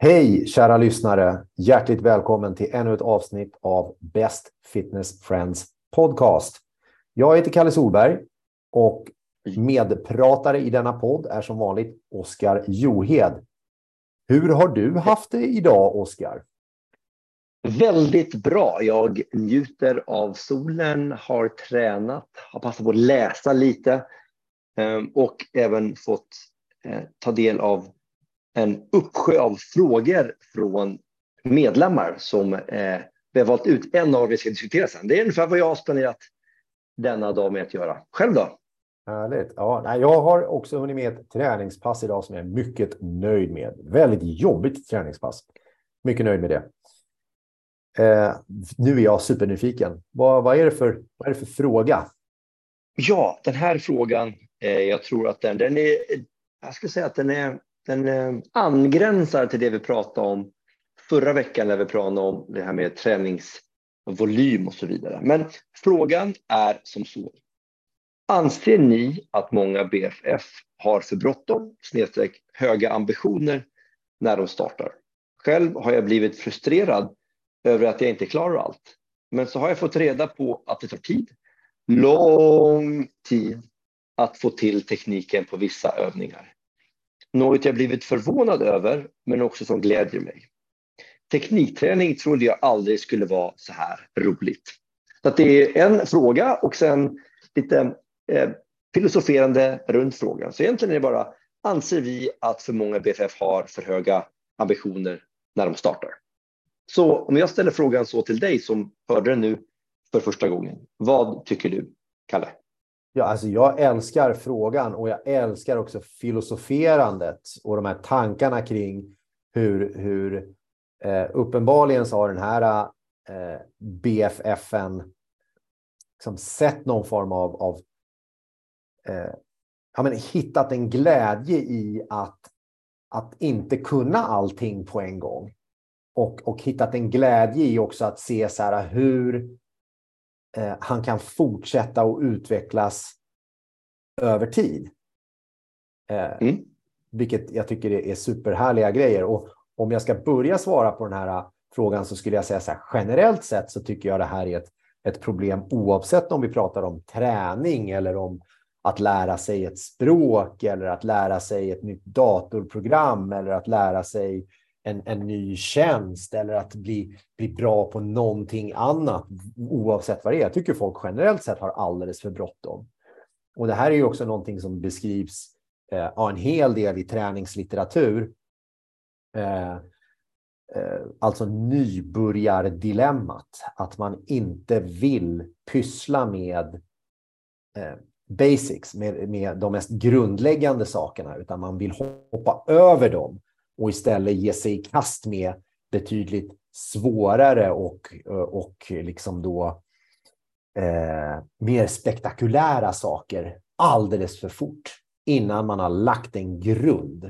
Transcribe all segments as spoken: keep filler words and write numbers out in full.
Hej kära lyssnare, hjärtligt välkommen till ännu ett avsnitt av Best Fitness Friends podcast. Jag heter Kalle Solberg och medpratare i denna podd är som vanligt Oskar Johed. Hur har du haft det idag, Oskar? Väldigt bra. Jag njuter av solen, har tränat, har passat på att läsa lite och även fått ta del av en uppsjö av frågor från medlemmar som eh, vi har valt ut. En av vi ska diskutera sen. Det är ungefär vad jag har spenderat denna dag med att göra. Själv då? Härligt. Ja, nej, jag har också hunnit med ett träningspass idag som jag är mycket nöjd med. Väldigt jobbigt träningspass. Mycket nöjd med det. Eh, nu är jag supernyfiken. Vad, vad, är det för, vad är det för fråga? Ja, den här frågan, eh, jag tror att den, den är, jag skulle säga att den är Den eh, angränsar till det vi pratade om förra veckan när vi pratade om det här med träningsvolym och så vidare. Men frågan är som så. Anser ni att många B F F har för bråttom, snedstreck höga ambitioner när de startar? Själv har jag blivit frustrerad över att jag inte klarar allt. Men så har jag fått reda på att det tar tid, lång tid, att få till tekniken på vissa övningar. Något jag blivit förvånad över, men också som glädjer mig. Teknikträning trodde jag aldrig skulle vara så här roligt. Så att det är en fråga och sen lite eh, filosoferande runt frågan. Så egentligen är det bara, anser vi att för många B F F har för höga ambitioner när de startar? Så om jag ställer frågan så till dig som hörde den nu för första gången. Vad tycker du, Kalle? Ja, alltså jag älskar frågan och jag älskar också filosoferandet och de här tankarna kring hur, hur eh, uppenbarligen så har den här eh, B F F:en liksom sett någon form av, av eh, ja, men hittat en glädje i att, att inte kunna allting på en gång. Och, och hittat en glädje i också att se så här hur han kan fortsätta att utvecklas över tid. Mm. Vilket jag tycker är superhärliga grejer. Och om jag ska börja svara på den här frågan så skulle jag säga så här, generellt sett så tycker jag det här är ett, ett problem oavsett om vi pratar om träning eller om att lära sig ett språk eller att lära sig ett nytt datorprogram eller att lära sig En, en ny tjänst eller att bli, bli bra på någonting annat oavsett vad det är. Jag tycker folk generellt sett har alldeles för bråttom. Och det här är ju också någonting som beskrivs eh, en hel del i träningslitteratur. Eh, eh, alltså nybörjardilemmat. Att man inte vill pyssla med eh, basics, med, med de mest grundläggande sakerna, utan man vill hoppa över dem och istället ge sig i kast med betydligt svårare och, och liksom då eh, mer spektakulära saker alldeles för fort innan man har lagt en grund.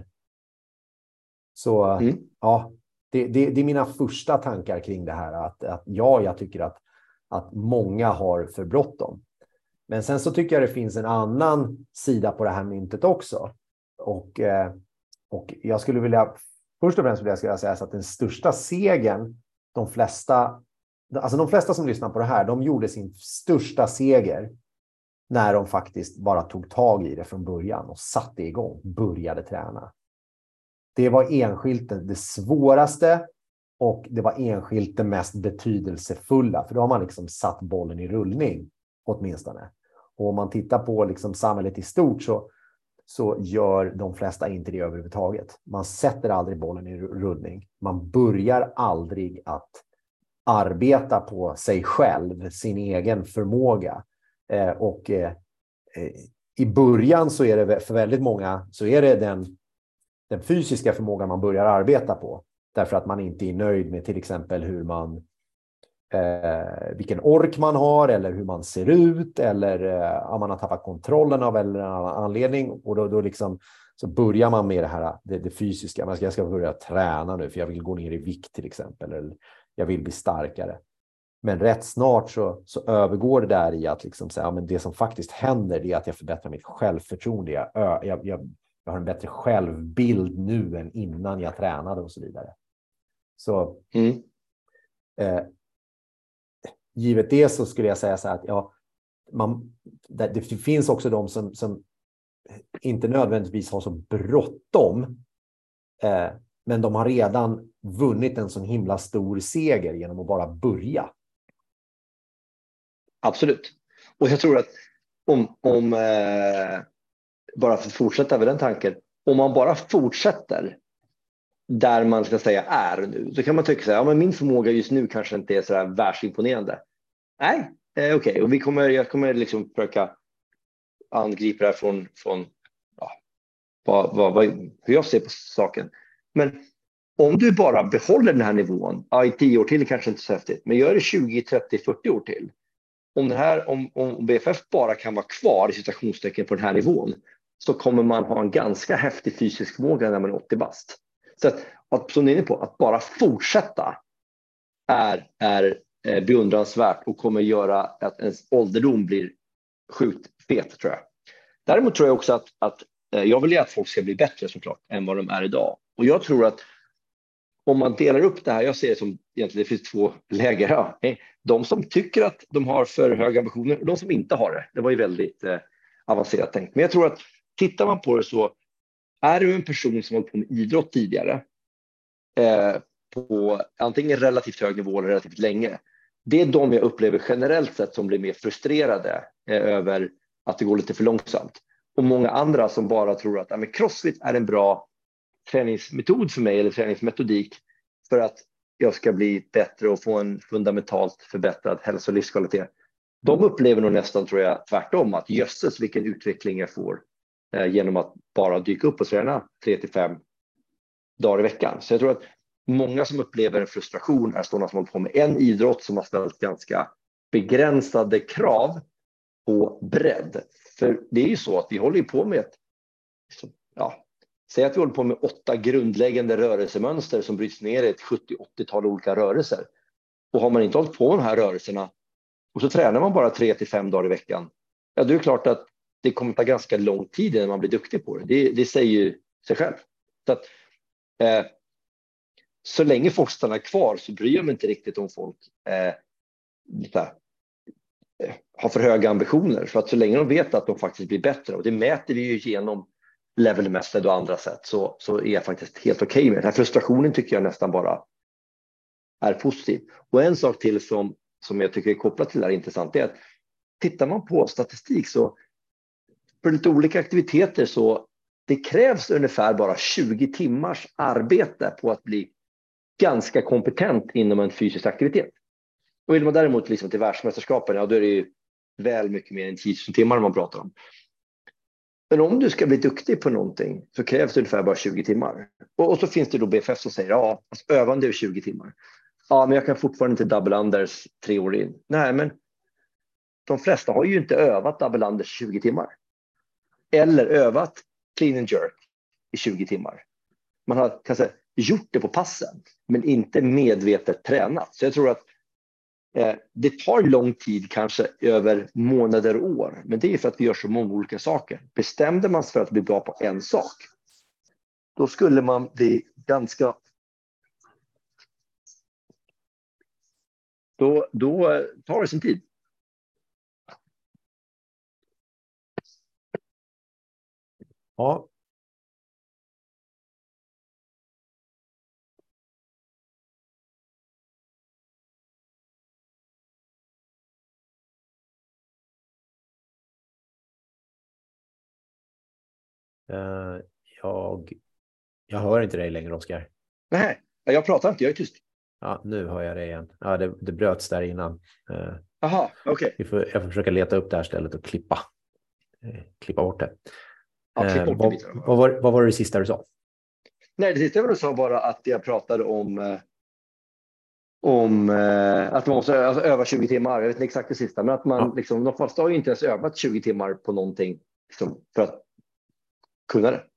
Så mm. ja, det, det, det är mina första tankar kring det här. Att, att ja, jag tycker att, att många har för bråttom. Men sen så tycker jag det finns en annan sida på det här myntet också. Och eh, Och jag skulle vilja, först och främst vill jag säga att den största segern, de flesta, alltså de flesta som lyssnar på det här, de gjorde sin största seger när de faktiskt bara tog tag i det från början och satte igång, började träna. Det var enskilt det svåraste och det var enskilt det mest betydelsefulla, för då har man liksom satt bollen i rullning åtminstone. Och om man tittar på liksom samhället i stort så så gör de flesta inte det överhuvudtaget. Man sätter aldrig bollen i rullning. Man börjar aldrig att arbeta på sig själv, sin egen förmåga. Eh, och eh, i början så är det för väldigt många så är det den, den fysiska förmågan man börjar arbeta på. Därför att man inte är nöjd med till exempel hur man Eh, vilken ork man har eller hur man ser ut eller eh, om man har tappat kontrollen av eller en annan anledning, och då, då liksom så börjar man med det här det, det fysiska. Man ska, jag ska börja träna nu för jag vill gå ner i vikt till exempel, eller jag vill bli starkare. Men rätt snart så, så övergår det där i att liksom säga, ja, men det som faktiskt händer det är att jag förbättrar mitt självförtroende. Jag, jag, jag, jag har en bättre självbild nu än innan jag tränade och så vidare. Så Mm. eh, givet det så skulle jag säga så här att ja, man, det, det finns också de som, som inte nödvändigtvis har så bråttom, eh, men de har redan vunnit en sån himla stor seger genom att bara börja. Absolut. Och jag tror att om, om eh, bara för att fortsätta med den tanken, om man bara fortsätter där man ska säga är nu, så kan man tycka så här, ja, men min förmåga just nu kanske inte är så här världsimponerande. Nej, eh, okej, okay. Och vi kommer, jag kommer liksom försöka angripa det här från, från ja, vad, vad, vad, hur jag ser på saken. Men om du bara behåller den här nivån, ja, i tio år till kanske inte så häftigt, men gör det tjugo, trettio, fyrtio år till. Om, det här, om, om B F F bara kan vara kvar i citationstecken på den här nivån, så kommer man ha en ganska häftig fysisk förmåga när man är åttio bast. Så att, att som ni är inne på, att bara fortsätta är, är eh, beundransvärt och kommer göra att ens ålderdom blir sjukt fet, tror jag. Däremot tror jag också att, att eh, jag vill att folk ska bli bättre såklart än vad de är idag. Och jag tror att om man delar upp det här, jag ser det som egentligen det finns två läger. Ja, de som tycker att de har för höga ambitioner och de som inte har det. Det var ju väldigt eh, avancerat tänkt. Men jag tror att tittar man på det så är du en person som hållit på med idrott tidigare eh, på antingen relativt hög nivå eller relativt länge. Det är de jag upplever generellt sett som blir mer frustrerade eh, över att det går lite för långsamt. Och många andra som bara tror att ja, men CrossFit är en bra träningsmetod för mig eller träningsmetodik för att jag ska bli bättre och få en fundamentalt förbättrad hälso- och livskvalitet. De upplever nog nästan, tror jag, tvärtom att jösses vilken utveckling jag får eh, genom att bara dyka upp och träna tre till fem dagar i veckan. Så jag tror att många som upplever en frustration är sådana som håller på med en idrott som har ställt ganska begränsade krav på bredd. För det är ju så att vi håller på med ett, ja, säg att vi håller på med åtta grundläggande rörelsemönster som bryts ner i ett sjuttio åttiotal olika rörelser. Och har man inte hållit på med de här rörelserna och så tränar man bara tre till fem dagar i veckan, ja, då är det klart att det kommer ta ganska lång tid innan man blir duktig på det. Det, det säger ju sig själv. Så, att, eh, så länge folk stannar kvar så bryr jag mig inte riktigt om folk eh, lite, eh, har för höga ambitioner. För att så länge de vet att de faktiskt blir bättre, och det mäter vi ju genom level method och andra sätt, så, så är jag faktiskt helt okej okay med. Den här frustrationen tycker jag nästan bara är positiv. Och en sak till som, som jag tycker är kopplat till det här intressant är att tittar man på statistik så för lite olika aktiviteter så det krävs ungefär bara tjugo timmars arbete på att bli ganska kompetent inom en fysisk aktivitet. Och vill man däremot liksom till världsmästerskapen, ja, då är det ju väl mycket mer än tio timmar man pratar om. Men om du ska bli duktig på någonting så krävs det ungefär bara tjugo timmar. Och, och så finns det då B F F som säger ja, alltså övande är tjugo timmar. Ja, men jag kan fortfarande inte double unders tre år in. Nej, men de flesta har ju inte övat double unders i tjugo timmar. Eller övat clean and jerk i tjugo timmar. Man har kanske gjort det på passen, men inte medvetet tränat. Så jag tror att eh, det tar lång tid, kanske över månader och år. Men det är för att vi gör så många olika saker. Bestämde man sig för att bli bra på en sak, då skulle man bli ganska... Då, då tar det sin tid. Ja. Uh, jag, jag hör inte dig längre, Oskar. Nej, jag pratar inte, jag är tyst. Ja, nu hör jag dig igen. Ja, det, det bröts där innan. Jaha, uh, okej. Okay. Jag får försöka leta upp det här stället och klippa. Uh, klippa bort det. Ja, klipp bort uh, det vad, vad, var, vad var det sista du sa? Nej, det sista jag sa bara att jag pratade om... Uh... om eh, att man måste alltså, öva tjugo timmar. Jag vet inte exakt det sista, men att man ja. liksom, de flesta har ju inte ens övat tjugo timmar på någonting liksom, för att kunna det.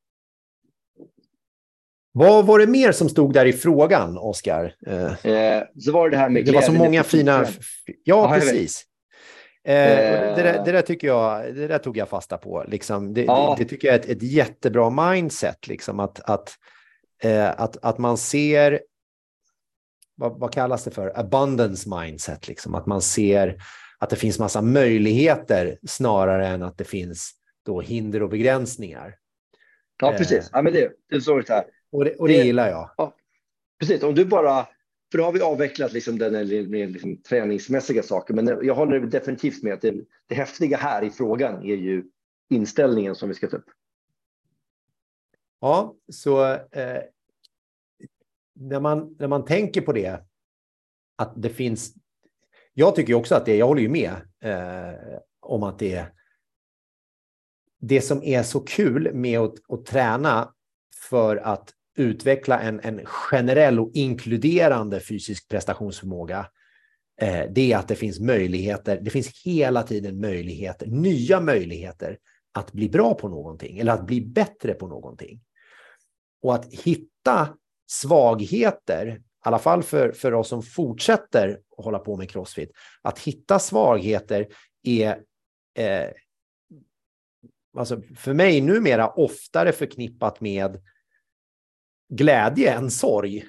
Vad var det mer som stod där i frågan, Oskar? Eh, så var det det här med det var så många fina... Ja, Aha, precis. Eh, det, där, det där tycker jag, det där tog jag fasta på. Liksom. Det, ja. det, det tycker jag är ett, ett jättebra mindset. Liksom, att, att, eh, att, att man ser vad, vad kallas det för? Abundance mindset, liksom. Att man ser att det finns massa möjligheter snarare än att det finns då hinder och begränsningar. Ja, precis. Ja, men det, det är så det här. Och det, och det, det gillar jag. Ja, precis. Om du bara, för då har vi avvecklat liksom den liksom, träningsmässiga saker, men jag håller definitivt med att det, det häftiga här i frågan är ju inställningen som vi ska ta upp. Ja, så eh, när, man, när man tänker på det, att det finns, jag tycker också att det, jag håller ju med eh, om att det det som är så kul med att, att träna för att utveckla en, en generell och inkluderande fysisk prestationsförmåga, eh, det är att det finns möjligheter, det finns hela tiden möjligheter, nya möjligheter att bli bra på någonting eller att bli bättre på någonting. Och att hitta svagheter, i alla fall för, för oss som fortsätter att hålla på med CrossFit, att hitta svagheter är eh, alltså för mig numera oftare förknippat med glädje än sorg.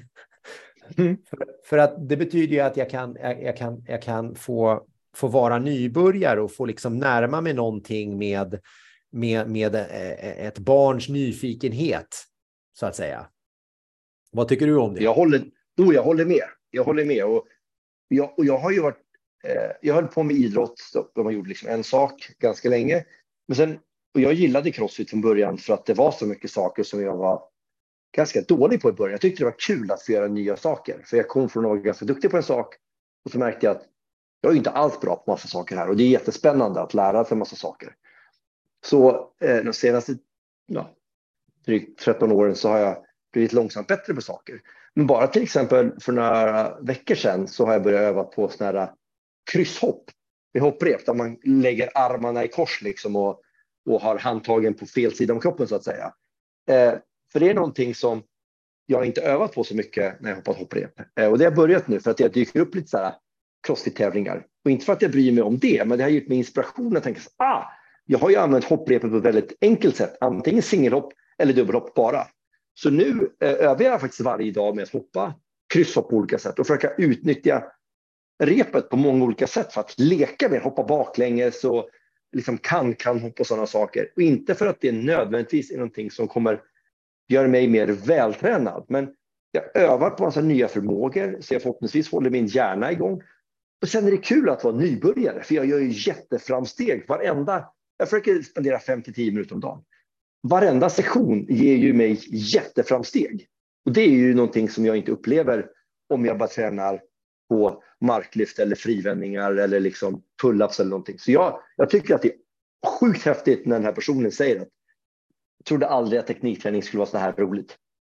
Mm. för, för att det betyder ju att jag kan, jag, jag kan, jag kan få, få vara nybörjare och få liksom närma mig någonting med, med, med ett barns nyfikenhet, så att säga. Vad tycker du om det? Jag håller, oh, jag håller med. Jag håller med. Och jag, och jag har ju varit, eh, jag höll på med idrott, då man gjorde liksom en sak ganska länge. Men sen, och jag gillade CrossFit från början för att det var så mycket saker som jag var ganska dålig på i början. Jag tyckte det var kul att få göra nya saker. För jag kom från att vara ganska duktig på en sak. Och så märkte jag att jag är inte alls bra på massa saker här. Och det är jättespännande att lära sig en massa saker. Så eh, de senaste ja, drygt tretton åren så har jag blivit långsamt bättre på saker. Men bara till exempel för några veckor sedan så har jag börjat öva på sådana här krysshopp. Med hopprep där man lägger armarna i kors liksom och, och har handtagen på fel sida om kroppen så att säga. Eh, för det är någonting som jag inte övat på så mycket när jag hoppat hopprep. Eh, och det har börjat nu för att jag dyker upp lite så här CrossFit-tävlingar. Och inte för att jag bryr mig om det, men det har gett mig inspiration att tänka så ah, jag har ju använt hopprepet på ett väldigt enkelt sätt. Antingen singelhopp eller dubbelhopp bara. Så nu eh, övar jag faktiskt varje dag med att hoppa krysshopp på olika sätt och försöka utnyttja repet på många olika sätt för att leka med, hoppa baklänges och liksom kan, kan hoppa sådana saker. Och inte för att det nödvändigtvis är någonting som kommer göra mig mer vältränad. Men jag övar på en massa nya förmågor så jag förhoppningsvis håller min hjärna igång. Och sen är det kul att vara nybörjare för jag gör ju jätteframsteg. Varenda, jag försöker spendera fem till tio minuter om dagen. Varenda session ger ju mig jätteframsteg. Och det är ju någonting som jag inte upplever om jag bara tränar på marklyft eller frivändningar eller liksom pull-ups eller någonting. Så jag, jag tycker att det är sjukt häftigt när den här personen säger att jag trodde aldrig att teknikträning skulle vara så här roligt.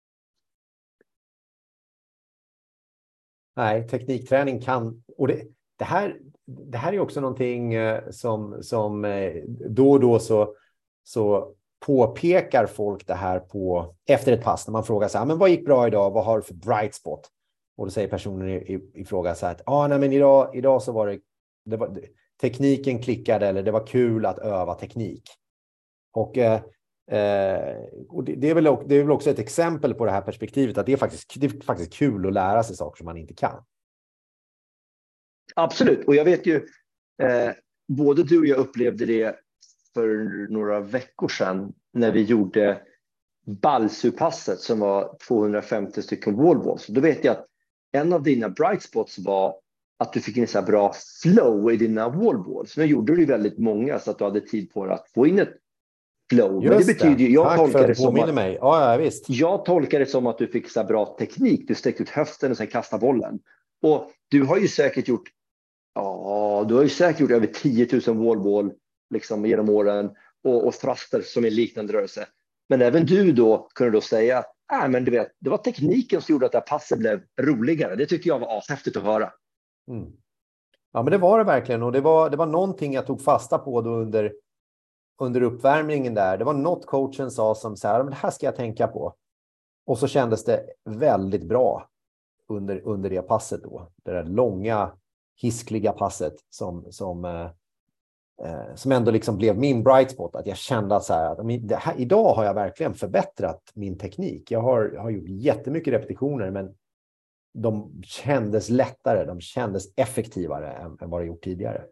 Nej, teknikträning kan, och det, det, här, det här är också någonting som, som då och då så, så påpekar folk det här på, efter ett pass när man frågar så här, men vad gick bra idag, vad har du för bright spot? Och då säger personen i, i, i fråga så här att ah, nej, men idag, idag så var det, det var, tekniken klickade eller det var kul att öva teknik. Och, eh, och det, det, är väl, det är väl också ett exempel på det här perspektivet att det är faktiskt, det är faktiskt kul att lära sig saker som man inte kan. Absolut, och jag vet ju eh, både du och jag upplevde det för några veckor sedan när vi gjorde Balsu-passet som var tvåhundrafemtio stycken wallballs. Då vet jag att en av dina bright spots var att du fick en så här bra flow i dina wallballs. Nu gjorde du väldigt många så att du hade tid på att få in ett flow. Just men det betyder ju, jag Tack tolkar för det att som att, mig. Ja, ja, visst. jag tolkar det som att du fick så här bra teknik. Du sträckte ut höften och sen kastade bollen. Och du har ju säkert gjort ja, du har ju säkert gjort över tio tusen wallball liksom genom åren och, och thruster som är liknande rörelse. Men även du då kunde då säga äh, men du vet, det var tekniken som gjorde att det här passet blev roligare. Det tyckte jag var ashäftigt att höra. Mm. Ja, men det var det verkligen. Och det var, det var någonting jag tog fasta på då under, under uppvärmningen där. Det var något coachen sa som så här, men det här ska jag tänka på. Och så kändes det väldigt bra under, under det passet då. Det där långa, hiskliga passet som, som, eh, som ändå liksom blev min bright spot. Att jag kände att så här, att det här, idag har jag verkligen förbättrat min teknik. Jag har, jag har gjort jättemycket repetitioner, men de kändes lättare, de kändes effektivare än, än vad det gjort tidigare.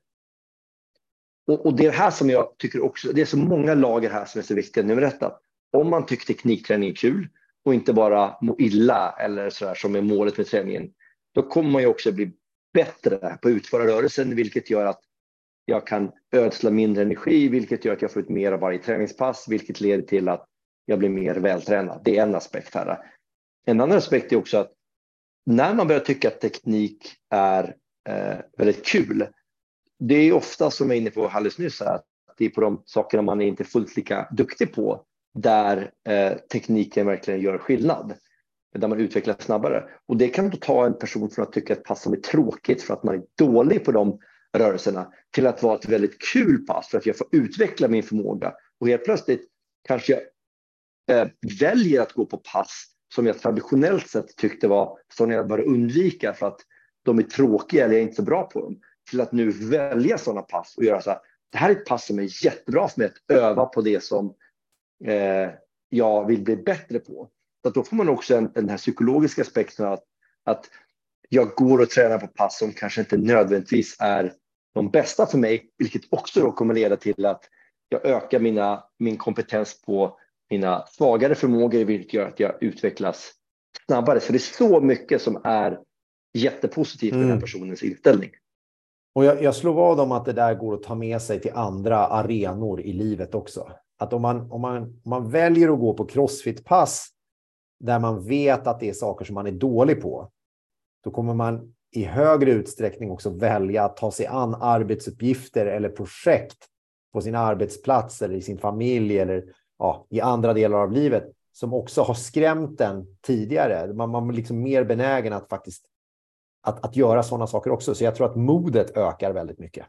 Och, och det är här som jag tycker också, det är så många lager här som är så viktiga. Nummer ett, att om man tycker teknikträning är kul och inte bara må illa eller sådär som är målet med träningen, då kommer man ju också bli bättre på att utföra rörelsen, vilket gör att jag kan ödsla mindre energi, vilket gör att jag får ut mer av varje träningspass, vilket leder till att jag blir mer vältränad. Det är en aspekt här. En annan aspekt är också att när man börjar tycka att teknik är eh, väldigt kul, det är ofta, som jag är inne på alldeles nyss, att det är på de sakerna man är inte fullt lika duktig på där eh, tekniken verkligen gör skillnad, där man utvecklas snabbare. Och det kan då ta en person från att tycka att pass som är tråkigt för att man är dålig på de rörelserna till att vara ett väldigt kul pass för att jag får utveckla min förmåga. Och helt plötsligt kanske jag eh, väljer att gå på pass som jag traditionellt sett tyckte var som jag bör undvika för att de är tråkiga eller jag är inte så bra på dem, till att nu välja sådana pass och göra så här: det här är ett pass som är jättebra för mig att öva på det som eh, jag vill bli bättre på. Så att då får man också en, den här psykologiska aspekten att, att jag går och tränar på pass som kanske inte nödvändigtvis är de bästa för mig, vilket också då kommer leda till att jag ökar mina, min kompetens på mina svagare förmågor, vilket gör att jag utvecklas snabbare. Så det är så mycket som är jättepositivt med mm. den här personens inställning. Och jag, jag slår vad om att det där går att ta med sig till andra arenor i livet också. Att om man, om man, om man väljer att gå på crossfit-pass där man vet att det är saker som man är dålig på, då kommer man i högre utsträckning också välja att ta sig an arbetsuppgifter eller projekt på sin arbetsplats eller i sin familj eller ja, i andra delar av livet som också har skrämt den tidigare. Man, man är liksom mer benägen att faktiskt att, att göra sådana saker också. Så jag tror att modet ökar väldigt mycket.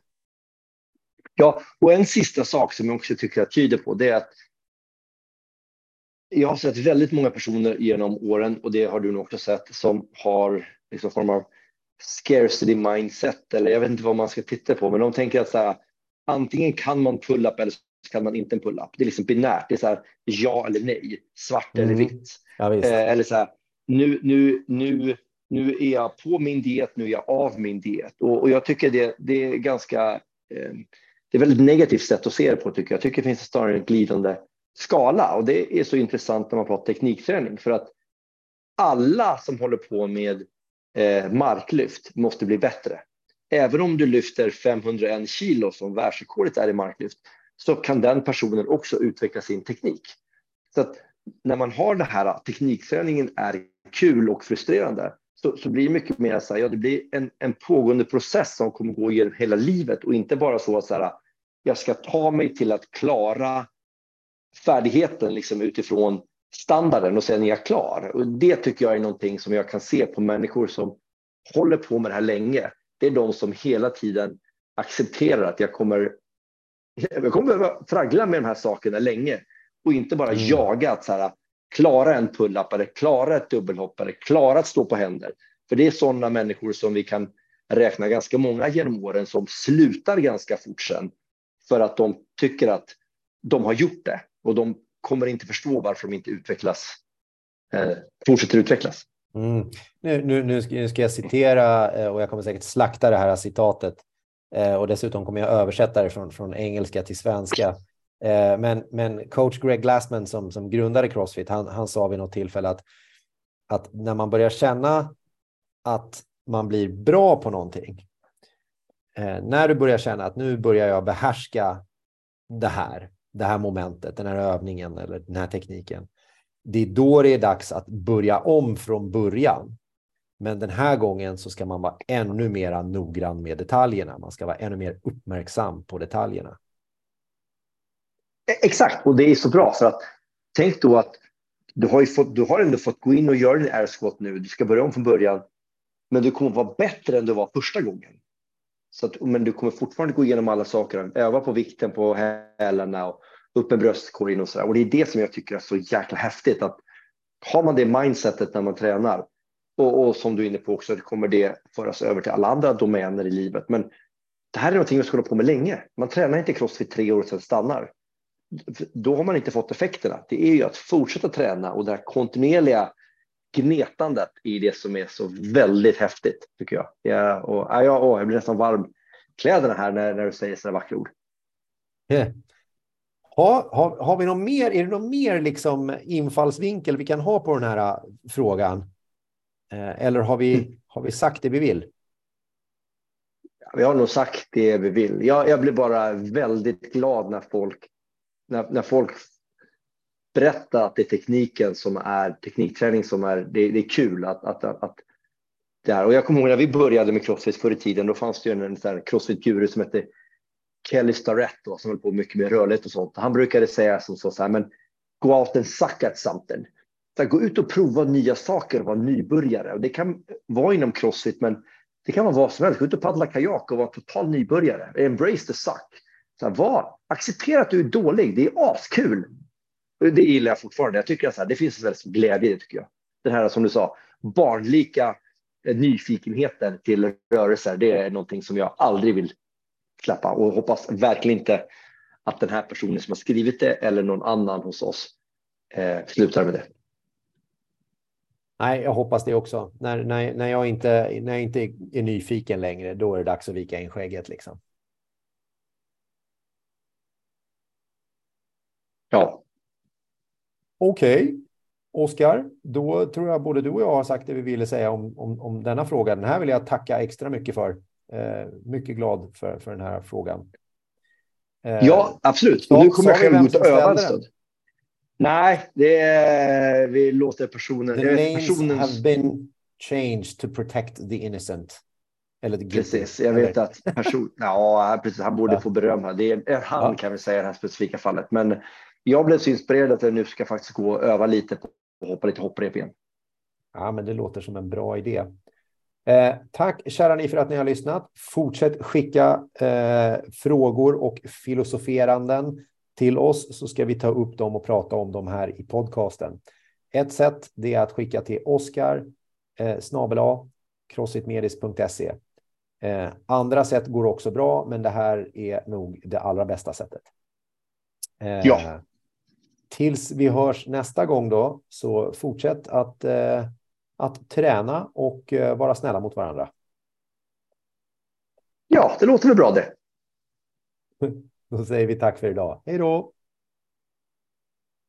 Ja, och en sista sak som jag också tycker jag tyder på, det är att jag har sett väldigt många personer genom åren, och det har du nog också sett, som har liksom form av scarcity mindset, eller jag vet inte vad man ska titta på, men de tänker att så här, antingen kan man pull-up eller så kan man inte en pull-up. Det är liksom binärt, det är så här, ja eller nej, svart mm. eller vitt. Ja, eh, eller så här, nu, nu, nu, nu är jag på min diet, nu är jag av min diet. Och, och jag tycker det, det är ganska eh, det är väldigt negativt sätt att se det på, tycker jag. Jag tycker det finns en större glidande skala, och det är så intressant när man pratar teknikträning, för att alla som håller på med eh, marklyft måste bli bättre. Även om du lyfter femhundraen kilo som världsrekordet är i marklyft, så kan den personen också utveckla sin teknik. Så att när man har det här, teknikträningen är kul och frustrerande, så, så blir det mycket mer så här, ja, det blir en, en pågående process som kommer gå genom hela livet, och inte bara så att så här, jag ska ta mig till att klara färdigheten liksom utifrån standarden och sen är jag klar. Och det tycker jag är någonting som jag kan se på människor som håller på med det här länge. Det är de som hela tiden accepterar att jag kommer jag kommer behöva traggla med de här sakerna länge, och inte bara mm. jaga att så här, klara en pull-up eller klara ett dubbelhopp eller klara att stå på händer. För det är sådana människor som vi kan räkna ganska många genom åren som slutar ganska fort sen, för att de tycker att de har gjort det, och de kommer inte förstå varför de inte utvecklas, eh, fortsätter utvecklas. Mm. Nu, nu, nu ska jag citera, och jag kommer säkert slakta det här citatet, eh, och dessutom kommer jag översätta det från, från engelska till svenska. Eh, men, men coach Greg Glassman som, som grundade CrossFit, han, han sa vid något tillfälle att, att när man börjar känna att man blir bra på någonting, eh, när du börjar känna att nu börjar jag behärska det här, det här momentet, den här övningen eller den här tekniken, det är då det är dags att börja om från början. Men den här gången så ska man vara ännu mer noggrann med detaljerna. Man ska vara ännu mer uppmärksam på detaljerna. Exakt, och det är så bra, för att tänk då att du har, ju fått, du har ändå fått gå in och göra en air squat nu. Du ska börja om från början, men du kommer vara bättre än du var första gången. Så att, men du kommer fortfarande gå igenom alla saker, öva på vikten på hälarna och upp med bröstkorgen och sådär. Och det är det som jag tycker är så jäkla häftigt, att har man det mindsetet när man tränar, och, och som du är inne på också, det kommer det föras över till alla andra domäner i livet. Men det här är någonting vi ska hålla på med länge. Man tränar inte CrossFit tre år sedan stannar. Då har man inte fått effekterna. Det är ju att fortsätta träna, och det här kontinuerliga gnetandet i det som är så väldigt häftigt, tycker jag. Ja, och, ja, ja, åh, jag blir nästan varm kläderna här när, när du säger sådana vackra ord. Yeah. Ha, har, har vi någon mer, är det någon mer liksom infallsvinkel vi kan ha på den här uh, frågan? Eh, eller har vi, mm. har vi sagt det vi vill? Ja, vi har nog sagt det vi vill. Jag, jag blir bara väldigt glad när folk, när, när folk berättar att det är tekniken som är teknikträning som är, det, det är kul att, att, att, att det är. Och jag kommer ihåg när vi började med CrossFit förr i tiden, då fanns det ju en, en sån här CrossFit-guru som hette Kelly Starrett då, som höll på mycket med rörlighet och sånt. Han brukade säga som så, så här, men go out and suck at something. Så här, gå ut och prova nya saker och vara nybörjare. Och det kan vara inom CrossFit, men det kan vara vad som helst. Gå ut och paddla kajak och vara total nybörjare. Embrace the suck. Så här, var, acceptera att du är dålig. Det är askul. Det gillar jag fortfarande. Jag tycker att så här, det finns en väldigt glädje i det, tycker jag. Den här, som du sa, barnlika nyfikenheten till rörelser. Det är någonting som jag aldrig vill släppa, och hoppas verkligen inte att den här personen som har skrivit det eller någon annan hos oss eh, slutar med det. Nej, jag hoppas det också. När, när, när, jag inte, när jag inte är nyfiken längre, då är det dags att vika in skägget liksom. Ja. Okej, okay. Oskar, då tror jag både du och jag har sagt det vi ville säga om, om, om denna fråga. Den här vill jag tacka extra mycket för. Eh, mycket glad för, för den här frågan. Eh, ja, absolut. Och nu kommer jag själv gå ut och öva en stund. Nej, det är, vi låter personen... The names personens... have been changed to protect the innocent. Eller the guilty. Precis, jag vet att person... ja, precis, han borde ja. få beröm här. Det är han ja. kan vi säga i det här specifika fallet. Men jag blev så inspirerad att jag nu ska faktiskt gå och öva lite på och hoppa lite hopprep igen. Ja, men det låter som en bra idé. Eh, tack kära ni för att ni har lyssnat. Fortsätt skicka eh, frågor och filosoferanden till oss, så ska vi ta upp dem och prata om dem här i podcasten. Ett sätt, det är att skicka till Oskar eh, snabel-a crossfitmedis punkt se. Eh, andra sätt går också bra, men det här är nog det allra bästa sättet. Eh, ja. Tills vi hörs nästa gång då, så fortsätt att eh, att träna och uh, vara snälla mot varandra. Ja, det låter väl bra det. Då säger vi tack för idag. Hej då!